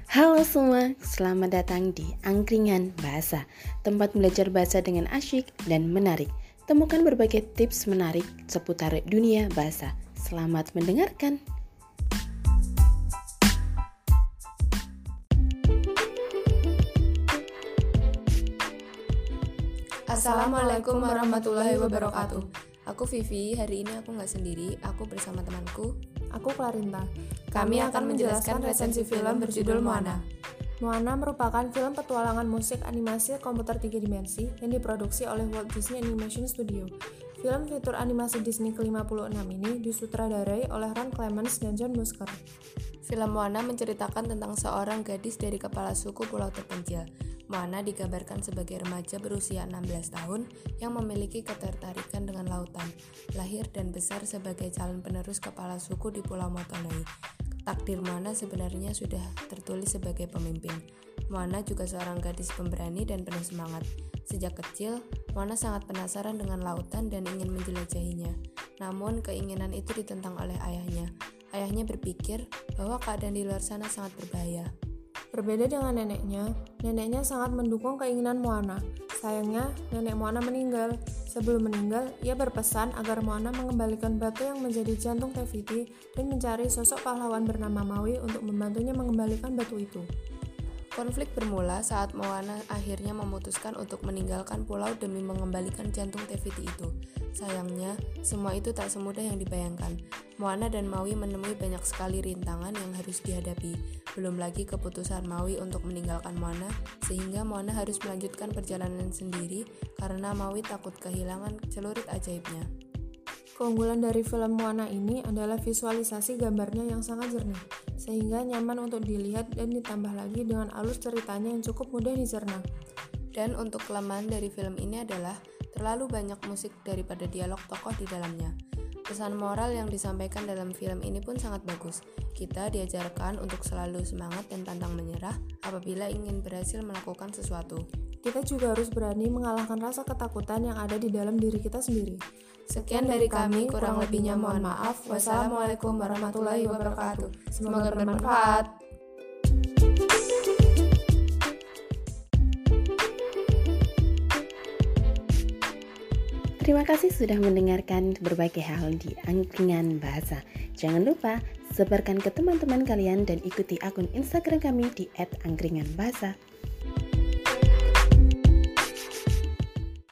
Halo semua, selamat datang di Angkringan Bahasa, tempat belajar bahasa dengan asyik dan menarik. Temukan berbagai tips menarik seputar dunia bahasa. Selamat mendengarkan. Assalamualaikum warahmatullahi wabarakatuh. Aku Vivi, hari ini aku nggak sendiri, aku bersama temanku. Aku Clarinta. Kami akan menjelaskan resensi film berjudul Moana. Moana merupakan film petualangan musik animasi komputer 3 dimensi yang diproduksi oleh Walt Disney Animation Studio. Film fitur animasi Disney ke-56 ini disutradarai oleh Ron Clements dan John Musker. Film Moana menceritakan tentang seorang gadis dari kepala suku pulau terpencil. Moana digambarkan sebagai remaja berusia 16 tahun yang memiliki ketertarikan dengan lautan, lahir dan besar sebagai calon penerus kepala suku di Pulau Motonoi. Takdir Moana sebenarnya sudah tertulis sebagai pemimpin. Moana juga seorang gadis pemberani dan penuh semangat. Sejak kecil, Moana sangat penasaran dengan lautan dan ingin menjelajahinya. Namun, keinginan itu ditentang oleh ayahnya. Ayahnya berpikir bahwa keadaan di luar sana sangat berbahaya. Berbeda dengan neneknya sangat mendukung keinginan Moana. Sayangnya, nenek Moana meninggal. Sebelum meninggal, ia berpesan agar Moana mengembalikan batu yang menjadi jantung Te Fiti dan mencari sosok pahlawan bernama Maui untuk membantunya mengembalikan batu itu. Konflik bermula saat Moana akhirnya memutuskan untuk meninggalkan pulau demi mengembalikan jantung Te Fiti itu. Sayangnya, semua itu tak semudah yang dibayangkan. Moana dan Maui menemui banyak sekali rintangan yang harus dihadapi. Belum lagi keputusan Maui untuk meninggalkan Moana, sehingga Moana harus melanjutkan perjalanan sendiri karena Maui takut kehilangan celurit ajaibnya. Keunggulan dari film Moana ini adalah visualisasi gambarnya yang sangat jernih, sehingga nyaman untuk dilihat dan ditambah lagi dengan alur ceritanya yang cukup mudah dicerna. Dan untuk kelemahan dari film ini adalah terlalu banyak musik daripada dialog tokoh di dalamnya. Pesan moral yang disampaikan dalam film ini pun sangat bagus. Kita diajarkan untuk selalu semangat dan pantang menyerah apabila ingin berhasil melakukan sesuatu. Kita juga harus berani mengalahkan rasa ketakutan yang ada di dalam diri kita sendiri. Sekian dari kami, kurang lebihnya mohon maaf. Wassalamualaikum warahmatullahi wabarakatuh. Semoga bermanfaat. Terima kasih sudah mendengarkan berbagai hal di Angkringan Bahasa. Jangan lupa sebarkan ke teman-teman kalian dan ikuti akun Instagram kami di @angkringanbahasa.